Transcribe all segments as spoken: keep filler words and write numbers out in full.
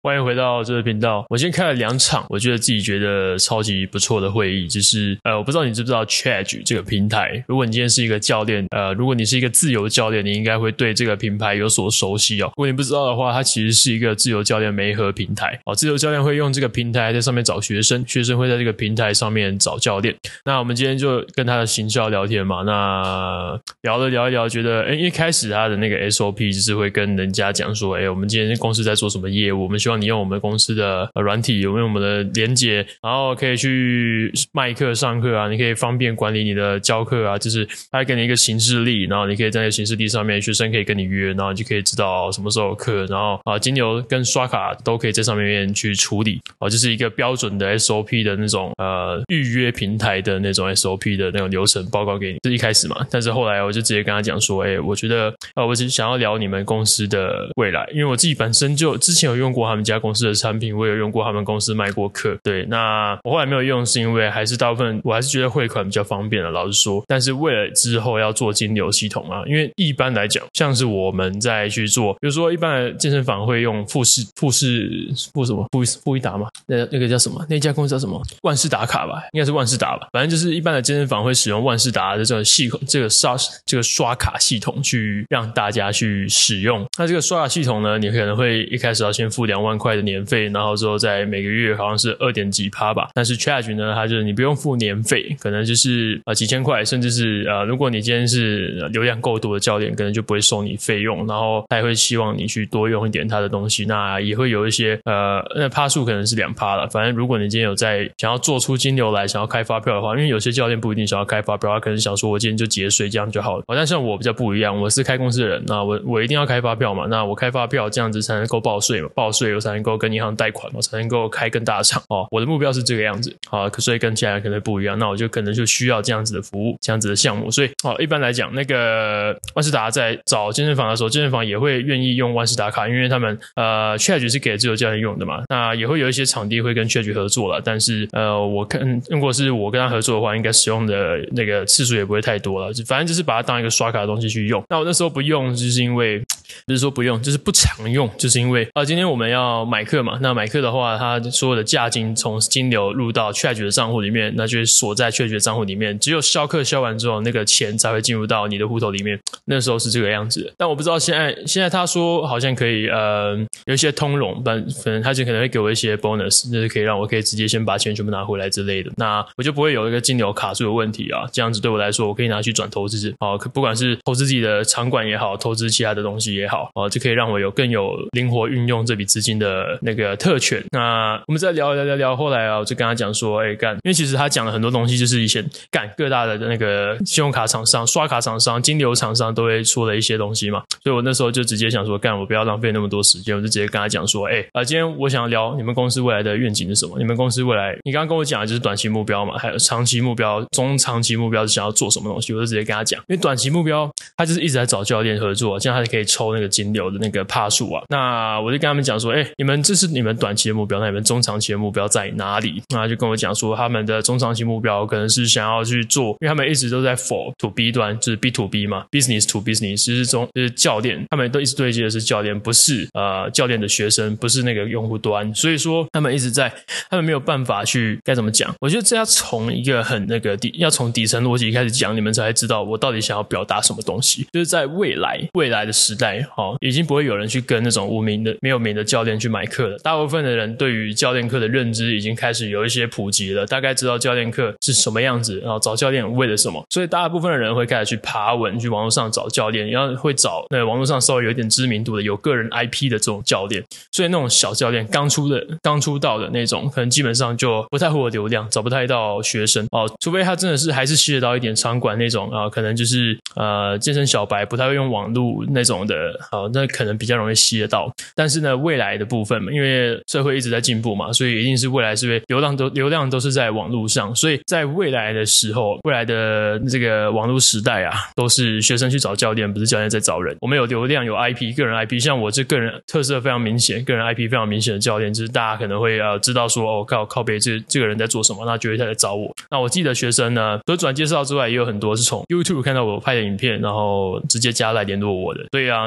欢迎回到这个频道。我先开了两场，我觉得自己觉得超级不错的会议，就是呃，我不知道你知不知道 Charge 这个平台。如果你今天是一个教练，呃，如果你是一个自由教练，你应该会对这个品牌有所熟悉哦。如果你不知道的话，它其实是一个自由教练媒合平台。哦，自由教练会用这个平台在上面找学生，学生会在这个平台上面找教练。那我们今天就跟他的行销聊天嘛，那聊了聊一聊，觉得诶，一开始他的那个 S O P 就是会跟人家讲说，诶，我们今天公司在做什么业务，我们希望你用我们公司的软体，用我们的连结，然后可以去卖课上课啊，你可以方便管理你的教课啊，就是他会给你一个行事历，然后你可以在那个行事历上面，学生可以跟你约，然后你就可以知道什么时候有课，然后啊金流跟刷卡都可以在上面去处理，啊，就是一个标准的 S O P 的那种呃预约平台的那种 S O P 的那种流程报告给你，这是一开始嘛。但是后来我就直接跟他讲说，诶，我觉得呃我只是想要聊你们公司的未来，因为我自己本身就之前有用过他们家公司的产品，我有用过他们公司卖过课，对，那我后来没有用是因为还是大部分我还是觉得汇款比较方便的，老实说。但是为了之后要做金流系统啊，因为一般来讲像是我们在去做，比如说一般的健身房会用富士富士富什么富富一达嘛，那那个叫什么，那家公司叫什么，万事达卡吧，应该是万事达吧，反正就是一般的健身房会使用万事达的这种系统，这个刷这个刷卡系统去让大家去使用。那这个刷卡系统呢，你可能会一开始要先付两万块的年费，然后之后在每个月好像是二点几趴吧。但是 Charge 呢，它就是你不用付年费，可能就是呃几千块，甚至是呃如果你今天是流量够多的教练，可能就不会收你费用，然后他也会希望你去多用一点他的东西。那也会有一些呃那趴数可能是两趴了，反正如果你今天有在想要做出金流来，想要开发票的话，因为有些教练不一定想要开发票，他可能想说我今天就节税这样就好了。好像像我比较不一样，我是开公司的人，那我我一定要开发票嘛，那我开发票这样子才能够报税嘛，报税我才能够跟银行贷款嘛，才能够开更大的厂哦。我的目标是这个样子啊，所以跟其他人可能不一样，那我就可能就需要这样子的服务，这样子的项目。所以哦，一般来讲，那个万事达在找健身房的时候，健身房也会愿意用万事达卡，因为他们呃 Charge 是给自由教练用的嘛，那也会有一些场地会跟 Charge 合作啦，但是呃我看如果是我跟他合作的话，应该使用的那个次数也不会太多了，反正就是把它当一个刷卡的东西去用。那我那时候不用就是因为不是说不用，就是不常用，就是因为啊，今天我们要买课嘛，那买课的话，它所有的价金从金流入到 Charge 的账户里面，那就会锁在 Charge 的账户里面，只有销课销完之后，那个钱才会进入到你的户头里面。那时候是这个样子的，但我不知道现在现在他说好像可以呃有一些通融，但可能他就可能会给我一些 bonus， 就是可以让我可以直接先把钱全部拿回来之类的，那我就不会有一个金流卡住的问题啊。这样子对我来说，我可以拿去转投资，哦，不管是投资自己的场馆也好，投资其他的东西也好，哦，就可以让我有更有灵活运用这笔资金的那个特权。那我们再聊聊聊聊，后来啊，我就跟他讲说，哎干，因为其实他讲了很多东西，就是以前干各大的那个信用卡厂商、刷卡厂商、金流厂商都会说的一些东西嘛，所以我那时候就直接想说，干，我不要浪费那么多时间，我就直接跟他讲说，哎啊，今天我想要聊你们公司未来的愿景是什么？你们公司未来，你刚刚跟我讲的就是短期目标嘛，还有长期目标、中长期目标是想要做什么东西，我就直接跟他讲，因为短期目标他就是一直在找教练合作，这样他就可以抽那个金流的那个趴数啊。那我就跟他们讲说，哎，你们这是你们短期的目标，那你们中长期的目标在哪里？那他就跟我讲说，他们的中长期目标可能是想要去做，因为他们一直都在 for to B 端，就是 B to B 嘛 ，business to business， 就是中就是教练，他们都一直对接的是教练，不是呃教练的学生，不是那个用户端，所以说他们一直在，他们没有办法去该怎么讲？我觉得这要从一个很那个底，要从底层逻辑开始讲，你们才会知道我到底想要表达什么东西。就是在未来未来的时代，哦，已经不会有人去跟那种无名的、没有名的教练去买课了。大部分的人对于教练课的认知已经开始有一些普及了，大概知道教练课是什么样子，然后找教练为了什么。所以大部分的人会开始去爬文，去网络上找教练，然后会找那网络上稍微有一点知名度的、有个人 I P 的这种教练。所以那种小教练刚出的、刚出道的那种，可能基本上就不太会有流量，找不太到学生哦。除非他真的是还是吸得到一点场馆那种啊、呃，可能就是呃健身小白不太会用网络那种的，好、呃，那可能比较容易吸得到。但是呢，未来的部分嘛，因为社会一直在进步嘛，所以一定是未来是会流量都流量都是在网络上，所以在未来的时候，未来的这个网络时代啊，都是学生去找教练，不是教练在找人。我们有流量，有 I P， 个人 I P， 像我这个人特色非常明显，个人 I P 非常明显的教练，就是大家可能会呃知道说，哦靠靠北这这个人在做什么，那就会来找我。那我自己的学生呢，除了转介绍之外，也有很多是从 YouTube 看到我拍的影片，然后直接加来联络我的。对啊，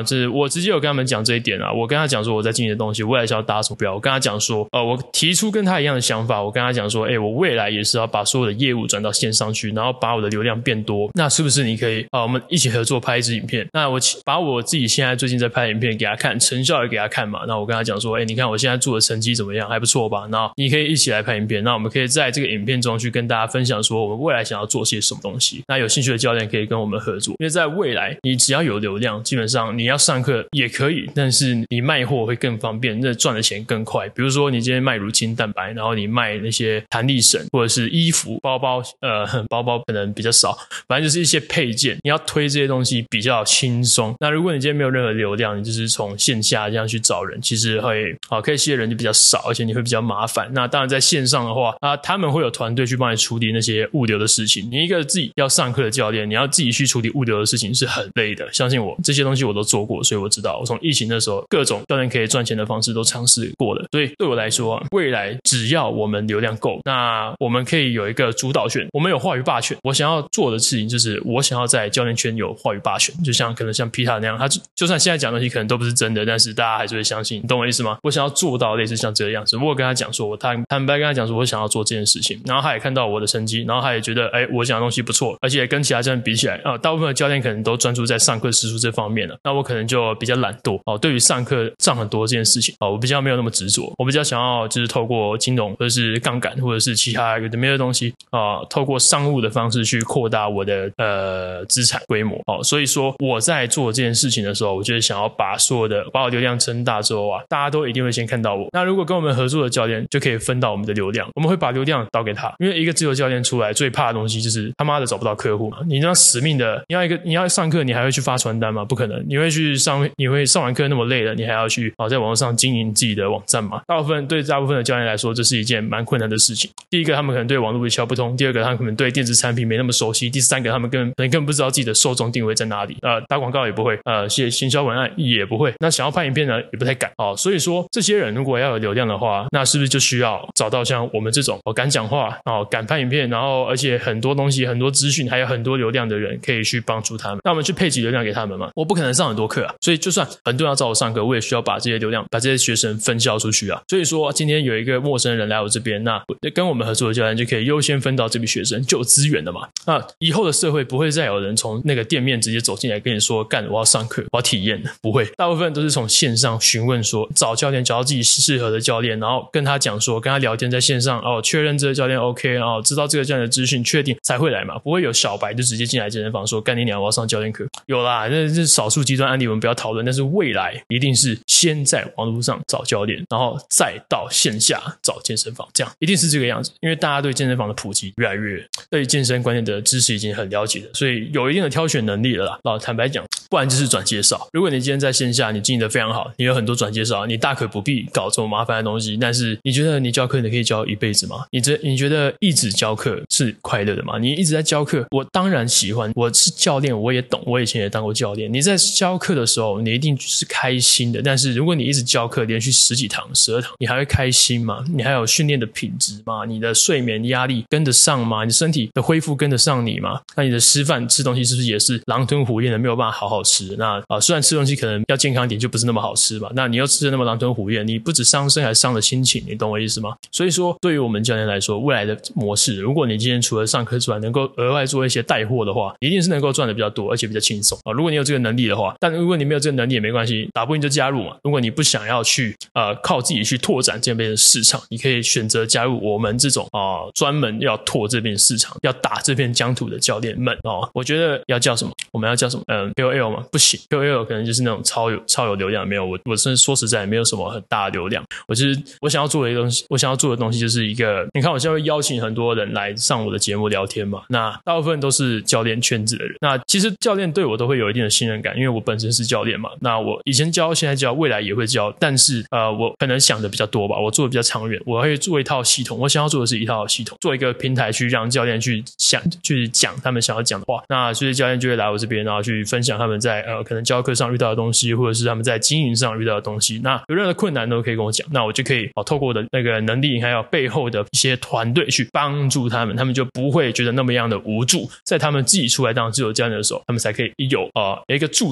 这我直接有跟他们讲这一点啊，我跟他讲说我在经营的东西未来想要达到什么目标，我跟他讲说呃，我提出跟他一样的想法，我跟他讲说诶，我未来也是要把所有的业务转到线上去，然后把我的流量变多，那是不是你可以啊，我们一起合作拍一支影片，那我把我自己现在最近在拍的影片给他看，成效也给他看嘛，那我跟他讲说诶，你看我现在做的成绩怎么样，还不错吧，那你可以一起来拍影片，那我们可以在这个影片中去跟大家分享说我们未来想要做些什么东西，那有兴趣的教练可以跟我们合作，因为在未来你只要有流量，基本上你要上课也可以，但是你卖货会更方便，那赚的钱更快。比如说你今天卖乳清蛋白，然后你卖那些弹力绳或者是衣服包包，呃包包可能比较少，反正就是一些配件，你要推这些东西比较轻松。那如果你今天没有任何流量，你就是从线下这样去找人，其实会好可以吸的人就比较少，而且你会比较麻烦。那当然在线上的话啊，他们会有团队去帮你处理那些物流的事情，你一个自己要上课的教练，你要自己去处理物流的事情是很累的，相信我，这些东西我都做过，所以我知道我从疫情的时候各种教练可以赚钱的方式都尝试过了。所以对我来说啊，未来只要我们流量够，那我们可以有一个主导权，我们有话语霸权。我想要做的事情就是我想要在教练圈有话语霸权，就像可能像 Peter 那样，他就算现在讲的东西可能都不是真的，但是大家还是会相信，你懂我意思吗？我想要做到类似像这个样子，我有跟他讲说，我坦坦白跟他讲说我想要做这件事情，然后他也看到我的成绩，然后他也觉得哎，我讲的东西不错，而且跟其他教练比起来啊，大部分的教练可能都专注在上课时数这方面了，那我可能就比较懒惰哦，对于上课上很多这件事情哦，我比较没有那么执着，我比较想要就是透过金融或者是杠杆或者是其他有的没的东西啊、呃，透过商务的方式去扩大我的呃资产规模哦，所以说我在做这件事情的时候，我就是想要把所有的把我流量撑大之后啊，大家都一定会先看到我。那如果跟我们合作的教练就可以分到我们的流量，我们会把流量导给他，因为一个自由教练出来最怕的东西就是他妈的找不到客户嘛。你那样死命的，你要一个你要上课，你还会去发传单吗？不可能，你会去上，你会上完课那么累了，你还要去啊在网络上经营自己的网站嘛？大部分对大部分的教练来说，这是一件蛮困难的事情。第一个，他们可能对网络一窍不通；第二个，他们可能对电子产品没那么熟悉；第三个，他们根本可能根本不知道自己的受众定位在哪里。呃，打广告也不会，呃，写行销文案也不会。那想要拍影片呢，也不太敢哦。所以说，这些人如果要有流量的话，那是不是就需要找到像我们这种哦敢讲话哦敢拍影片，然后而且很多东西、很多资讯，还有很多流量的人可以去帮助他们？那我们去配给流量给他们嘛？我不可能上很多课啊，所以就算很多人要找我上课，我也需要把这些流量、把这些学生分销出去啊。所以说，今天有一个陌生人来我这边，那跟我们合作的教练就可以优先分到这笔学生，就有资源了嘛。那以后的社会不会再有人从那个店面直接走进来跟你说，干，我要上课，我要体验，不会，大部分都是从线上询问说，找教练，找到自己适合的教练，然后跟他讲说，跟他聊天，在线上哦，确认这个教练 OK 哦，知道这个教练的资讯，确定才会来嘛，不会有小白就直接进来健身房说，干你娘，我要上教练课。有啦，那是少数极端案例，我们不要讨论，但是未来一定是先在网络上找教练，然后再到线下找健身房，这样一定是这个样子。因为大家对健身房的普及越来越，对健身观念的知识已经很了解了，所以有一定的挑选能力了啦。老坦白讲，不然就是转介绍。如果你今天在线下你经营得非常好，你有很多转介绍，你大可不必搞这么麻烦的东西。但是你觉得你教课你可以教一辈子吗？你这你觉得一直教课是快乐的吗？你一直在教课，我当然喜欢，我是教练，我也懂，我以前也当过教练。你在教课的时候，你一定是开心的。但是如果你一直教课，连续十几堂、十二堂，你还会开心吗？你还有训练的品质吗？你的睡眠压力跟得上吗？你身体的恢复跟得上你吗？那你的吃饭吃东西是不是也是狼吞虎咽的，没有办法好好吃？那啊，虽然吃东西可能要健康一点，就不是那么好吃吧？那你又吃的那么狼吞虎咽，你不止伤身，还伤了心情，你懂我意思吗？所以说，对于我们教练来说，未来的模式，如果你今天除了上课之外，能够额外做一些带货的话，一定是能够赚的比较多，而且比较轻松啊。如果你有这个能力的话，但如果你没有这个能力也没关系，打不赢就加入嘛。如果你不想要去呃靠自己去拓展这边的市场，你可以选择加入我们这种啊、呃、专门要拓这边市场、要打这片疆土的教练们哦。我觉得要叫什么？我们要叫什么？嗯 ，K O L 嘛，不行 ，K O L 可能就是那种超有超有流量，没有我我真说实在没有什么很大的流量。我就是我想要做的一个东西，我想要做的东西就是一个，你看我现在会邀请很多人来上我的节目聊天嘛，那大部分都是教练圈子的人。那其实教练对我都会有一定的信任感，因为我本身是教练嘛。那我以前教，现在教，未来也会教，但是呃，我可能想的比较多吧，我做的比较长远，我会做一套系统，我想要做的是一套系统，做一个平台去让教练去想去讲他们想要讲的话。那所以教练就会来我这边，然后去分享他们在呃可能教课上遇到的东西，或者是他们在经营上遇到的东西。那有任何困难都可以跟我讲，那我就可以、哦、透过我的那个能力，还有背后的一些团队去帮助他们，他们就不会觉得那么样的无助。在他们自己出来当自由教练的时候，他们才可以有呃有一个助手，有一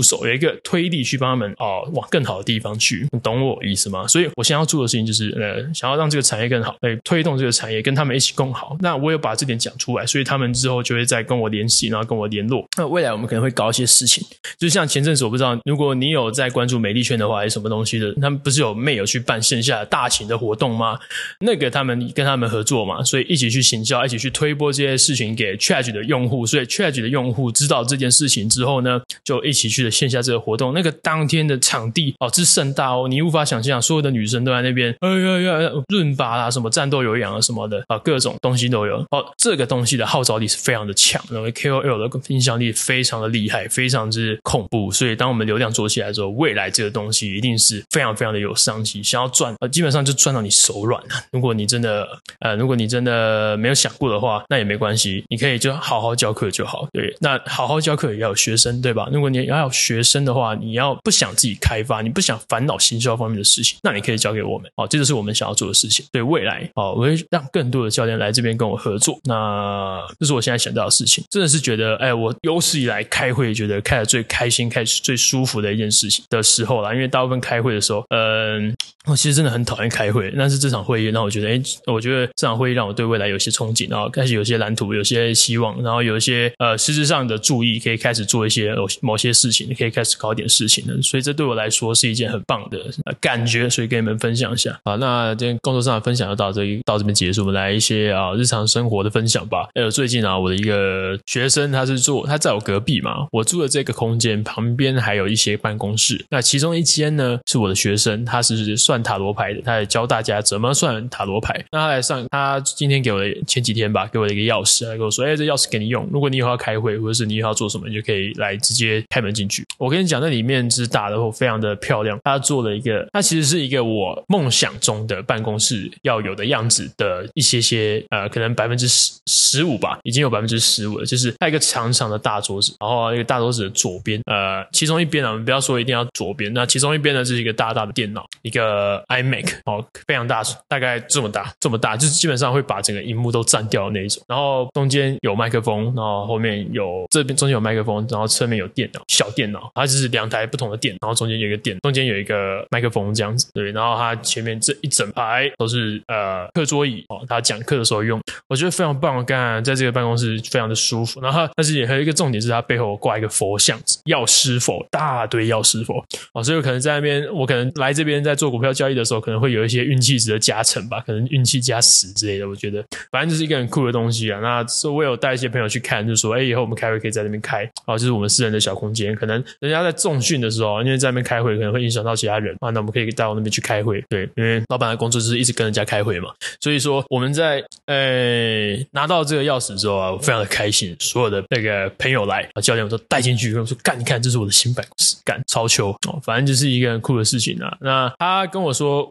个推力去帮他们哦往更好的地方去，你懂我意思吗？所以我想要做的事情就是呃想要让这个产业更好，对，推动这个产业跟他们一起共好。那我有把这点讲出来，所以他们之后就会再跟我联系，然后跟我联络。那未来我们可能会搞一些事情，就像前阵子我不知道如果你有在关注美丽圈的话还是什么东西的，他们不是有妹有去办线下大型的活动吗？那个他们跟他们合作嘛，所以一起去行销，一起去推播这些事情给 Charge 的用户，所以 Charge 的用户知道这件事情之后呢，就一起去了线下这个活动。那个当天的场地哦之盛大哦，你无法想象，所有的女生都在那边哎呀呀润拔啦，什么战斗有氧啊什么的啊，各种东西都有哦。这个东西的号召力是非常的强，然后 K O L 的影响力非常的厉害，非常之恐怖。所以当我们流量做起来之后，未来这个东西一定是非常非常的有商机，想要赚呃基本上就赚到你手软了。如果你真的呃如果你真的没有想过的话，那也没关系，你可以就好好教课就好。对，那好好教课也要有学生，对吧？如果你要有学生的话，你要不想自己开发，你不想烦恼行销方面的事情，那你可以交给我们哦，这就是我们想要做的事情。对，未来哦，我会让更多的教练来这边跟我合作。那这是我现在想到的事情，真的是觉得哎，我有史以来开会觉得开得最开心、开最舒服的一件事情的时候啦。因为大部分开会的时候，嗯，我其实真的很讨厌开会，但是这场会议让我觉得，哎，我觉得这场会议让我对未来有些憧憬，然后开始有些蓝图，有些希望，然后有一些呃实质上的注意，可以开始做一些某些事情，可以开始搞点事情了。所以这对我来说是一件很棒的、呃、感觉，所以跟你们分享一下。好，那今天工作上的分享就到这里，到这边结束。我们来一些啊日常生活的分享吧。呃，最近啊，我的一个学生他是做他在我隔壁嘛，我住的这个空间旁边还有一些办公室。那其中一间呢是我的学生，他是算塔罗牌的，他来教大家怎么算塔罗牌。那他来上，他今天给我的前几天吧，给我的一个钥匙，他跟我说，哎，这钥匙给你用，如果你以后要开会或者是你以后要做什么，你就可以来直接开门进去。我跟你讲，那里面是打得非常的漂亮，他做了一个，他其实是一个我梦想中的办公室要有的样子的一些些呃，可能百分之十五吧，已经有百分之十五了。就是它一个长长的大桌子，然后一个大桌子的左边，呃，其中一边啊，我们不要说一定要左边，那其中一边呢，就是一个大大的电脑，一个 iMac 哦，非常大，大概这么大，这么大，就是基本上会把整个萤幕都占掉的那一种。然后中间有麦克风，然后后面有这边中间有麦克风，然后侧面有电脑，小电脑，它就是两台不同的电脑，然后中间有一个电，中间有一个麦克风这样子，对，然后它前面这一整排都是呃课桌椅哦，他讲课的时候用，我觉得非常棒，干在这个办公室非常的舒服。然后但是也还有一个重点是，它背后挂一个佛像，药师佛，大堆药师佛哦，所以我可能在那边，我可能来这边在做股票交易的时候，可能会有一些运气值的加成吧，可能运气加十之类的。我觉得反正就是一个很酷的东西啊。那所以我有带一些朋友去看，就说，哎，以后我们开会可以在那边开哦，就是我们私人的小空间，可能人家在重训的时候，因为在那边开会可能会影响到其他人啊，那我们可以到那边去开会，对，因为老板的工作就是一直跟人家开会嘛，所以说我们在呃拿到这个钥匙之后啊，我非常的开心，所有的那个朋友来啊，教练我都带进去，跟我说，干，你看这是我的新办公室，干超球哦，反正就是一个很酷的事情啊。那他跟我说，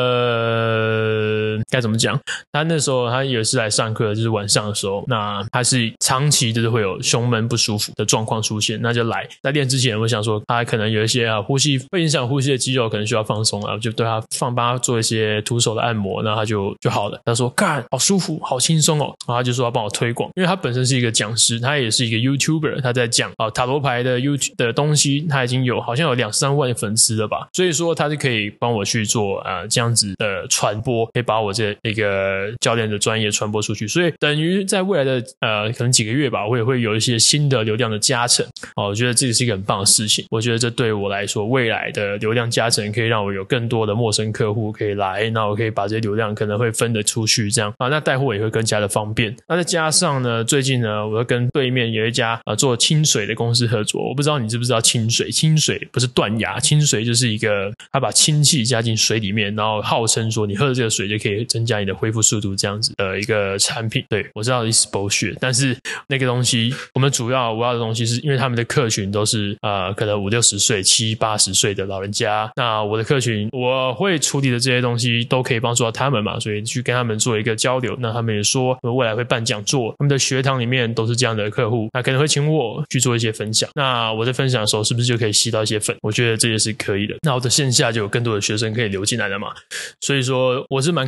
呃，该怎么讲？他那时候他有一次来上课，就是晚上的时候，那他是长期就是会有胸闷不舒服的状况出现，那就来在练之前，我想说他可能有一些啊呼吸会影响呼吸的肌肉，可能需要放松啊，我就对他放帮他做一些徒手的按摩，那他就就好了。他说干好舒服，好轻松哦，然后他就说要帮我推广，因为他本身是一个讲师，他也是一个 YouTuber， 他在讲啊塔罗牌的 YouTube 的东西，他已经有好像有两三万粉丝了吧，所以说他是可以帮我去做啊、呃、这样子的传播，可以把我这一个教练的专业传播出去，所以等于在未来的呃可能几个月吧，我也会有一些新的流量的加成哦，我觉得这个是一个很棒的事情，我觉得这对我来说未来的流量加成可以让我有更多的陌生客户可以来，那我可以把这些流量可能会分得出去这样啊，那带货也会更加的方便。那再加上呢，最近呢，我要跟对面有一家呃做清水的公司合作，我不知道你知不知道清水，清水不是断崖，清水就是一个他把氢气加进水里面，然后号称说你喝了这个水就可以增加你的恢复速度这样子的一个产品。对，我知道 is bullshit， 但是那个东西我们主要我要的东西是因为他们的客群都是呃可能五六十岁七八十岁的老人家，那我的客群我会处理的这些东西都可以帮助到他们嘛，所以去跟他们做一个交流，那他们也说未来会办讲座，他们的学堂里面都是这样的客户，那可能会请我去做一些分享，那我在分享的时候是不是就可以吸到一些粉，我觉得这也是可以的，那我的线下就有更多的学生可以流进来了嘛，所以说我是蛮看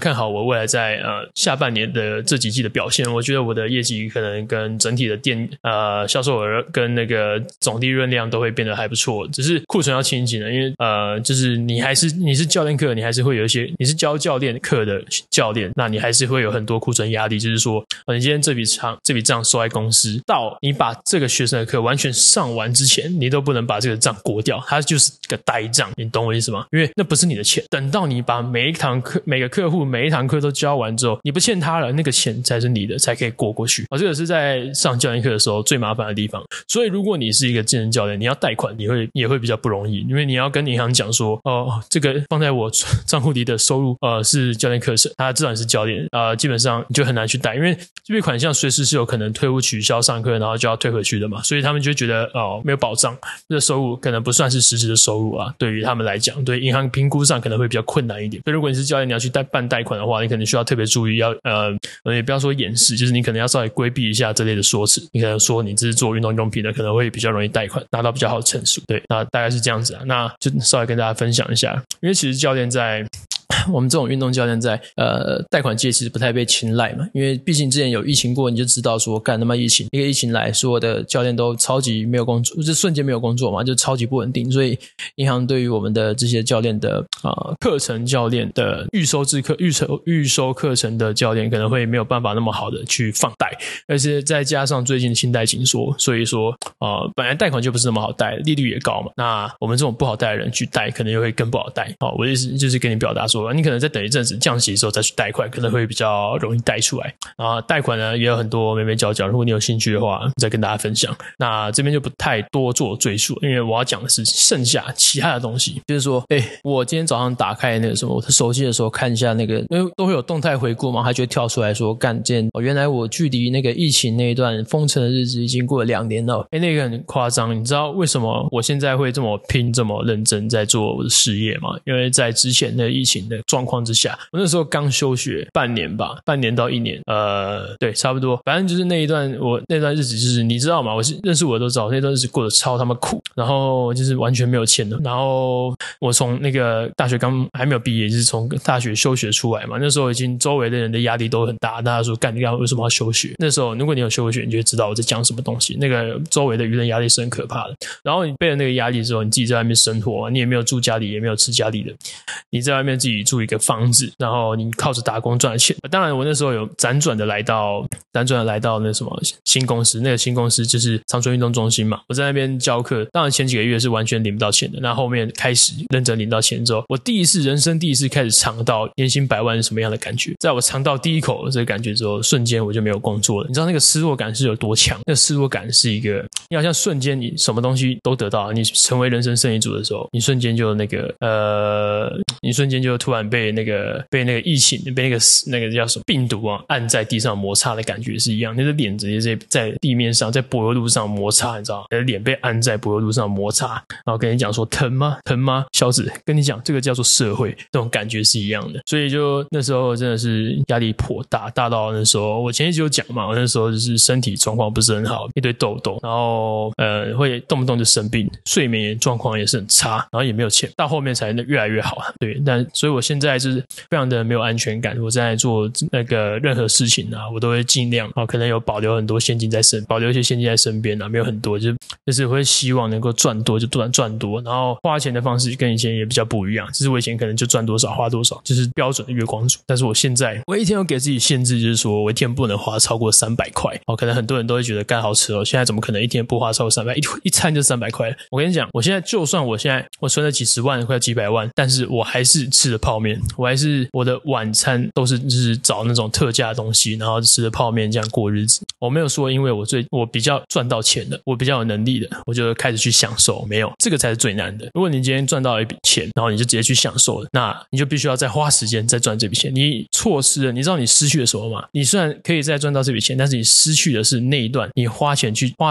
看好我未来在呃下半年的这几季的表现，我觉得我的业绩可能跟整体的店呃销售额跟那个总利润量都会变得还不错，只是库存要清紧了，因为呃就是你还是你是教练课，你还是会有一些你是教教练课的教练，那你还是会有很多库存压力，就是说、呃、你今天这笔账这笔账收在公司，到你把这个学生的课完全上完之前，你都不能把这个账过掉，它就是个呆账，你懂我意思吗？因为那不是你的钱，等到你把每一堂课每个客户每一堂课都教完之后，你不欠他了，那个钱才是你的，才可以过过去。哦，这个是在上教练课的时候最麻烦的地方。所以如果你是一个健身教练，你要贷款，你会也会比较不容易，因为你要跟银行讲说，哦，这个放在我账户里的收入，呃，是教练课程，他知道你是教练，呃，基本上你就很难去贷，因为这笔款项随时是有可能退户取消上课，然后就要退回去的嘛，所以他们就觉得哦没有保障，这个收入可能不算是实质的收入啊，对于他们来讲，对银行评估上可能会比较困难一点。所以如果你是教练，你要去贷办贷款的话，你可能需要特别注意，要呃也不要说掩饰，就是你可能要稍微规避一下这类的说辞，你可能说你这是做运动用品的，可能会比较容易贷款拿到比较好的成数。对，那大概是这样子啊，那就稍微跟大家分享一下，因为其实教练在我们这种运动教练在呃贷款界其实不太被青睐嘛，因为毕竟之前有疫情过，你就知道说干他妈疫情，一个疫情来，所有的教练都超级没有工作，就瞬间没有工作嘛，就超级不稳定，所以银行对于我们的这些教练的呃课程教练的预收制课预收预收课程的教练可能会没有办法那么好的去放贷，而且再加上最近信贷紧缩，所以说呃本来贷款就不是那么好贷，利率也高嘛，那我们这种不好贷的人去贷可能又会更不好贷。好，我的意思就是跟你表达说，你可能再等一阵子降息的时候再去贷款，可能会比较容易贷出来。然后贷款呢也有很多眉眉角角，如果你有兴趣的话再跟大家分享。那这边就不太多做赘述，因为我要讲的是剩下其他的东西，就是说诶我今天早上打开那个什么我的手机的时候看一下那个，因为都会有动态回顾嘛，它就会跳出来说干件、哦、原来我距离那个疫情那一段封城的日子已经过了两年了。诶那个很夸张，你知道为什么我现在会这么拼这么认真在做我的事业吗？因为在之前的疫情的状况之下，我那时候刚休学半年吧，半年到一年，呃，对，差不多，反正就是那一段我那段日子就是你知道吗？我是认识我的都知道，那段日子过得超他妈苦，然后就是完全没有钱的。然后我从那个大学刚还没有毕业，就是从大学休学出来嘛，那时候已经周围的人的压力都很大，大家说干你干为什么要休学？那时候如果你有休学，你就会知道我在讲什么东西。那个周围的舆论压力是很可怕的。然后你背了那个压力之后，你自己在外面生活，你也没有住家里，也没有吃家里的，你在外面自己住一个房子，然后你靠着打工赚钱。当然我那时候有辗转的来到辗转的来到那什么新公司，那个新公司就是长春运动中心嘛，我在那边教课。当然前几个月是完全领不到钱的，那后面开始认真领到钱之后，我第一次人生第一次开始尝到年薪百万是什么样的感觉。在我尝到第一口这个感觉之后，瞬间我就没有工作了。你知道那个失落感是有多强？那个失落感是一个你好像瞬间你什么东西都得到，你成为人生胜利组的时候，你瞬间就那个呃你瞬间就突然被那个被那个疫情被那个那个叫什么病毒啊按在地上摩擦的感觉是一样，你的脸直接在地面上在柏油路上摩擦，你知道你的脸被按在柏油路上摩擦，然后跟你讲说疼吗疼吗小子，跟你讲这个叫做社会，这种感觉是一样的。所以就那时候真的是压力颇大，大到那时候我前一集有讲嘛，我那时候就是身体状况不是很好，一堆痘痘，然后呃会动不动就生病，睡眠状况也是很差，然后也没有钱，到后面才越来越好。对，但所以我现在就是非常的没有安全感，我在做那个任何事情啊，我都会尽量啊，可能有保留很多现金在身，保留一些现金在身边啊，没有很多，就就是会希望能够赚多就赚赚多，然后花钱的方式跟以前也比较不一样，就是我以前可能就赚多少花多少，就是标准的月光族，但是我现在我一天有给自己限制，就是说我一天不能花超过三百块哦，可能很多人都会觉得干好吃哦，现在怎么可能一天不花超过三百，一一餐就三百块了。我跟你讲，我现在就算我现在我存了几十万快几百万，但是我还是吃了泡面，我还是我的晚餐都是就是找那种特价的东西，然后吃了泡面这样过日子。我没有说因为我最我比较赚到钱的，我比较有能力的，我就开始去享受，没有，这个才是最难的。如果你今天赚到一笔钱，然后你就直接去享受了，那你就必须要再花时间再赚这笔钱，你错失了，你知道你失去了什么吗？你虽然可以再赚到这笔钱，但是你失去的是那一段你花钱去花时间去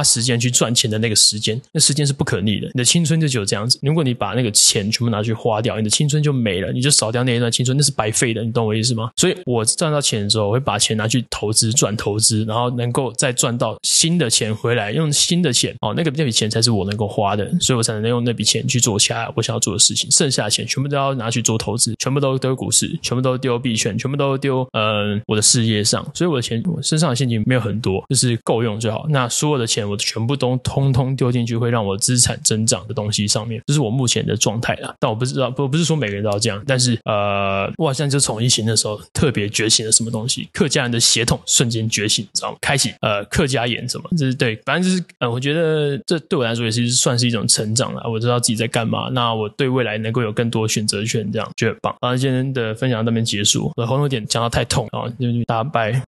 去赚钱的那个时间，那时间是不可逆的，你的青春就只有这样子。如果你把那个钱全部拿去花掉，你的青春就没了，你就少掉那一段青春，那是白费的，你懂我意思吗？所以我赚到钱之后，我会把钱拿去投资，赚投资，然后能够再赚到新的钱回来，用新的钱哦，那个那笔钱才是我能够花的，所以我才能用那笔钱去做其他我想要做的事情。剩下的钱全部都要拿去做投资，全部都丢股市，全部都丢币圈，全部都丢呃我的事业上。所以我的钱，我身上的现金没有很多，就是够用就好。那所有的钱我全部都通通丢进去会让我资产增长的东西上面，这是我目前的状态啦。但我不知道，不不是说每个人都要这样，但是呃，我好像就从疫情的时候特别觉醒了什么东西，客家人的血统瞬间觉醒，知道吗？开启呃客家眼什么，这是对，反正就是呃，我觉得这对我来说也是算是一种成长啦。我知道自己在干嘛，那我对未来能够有更多选择权，这样觉得很棒。然后今天的分享到这边结束，我的喉咙有点讲到太痛啊，大家拜。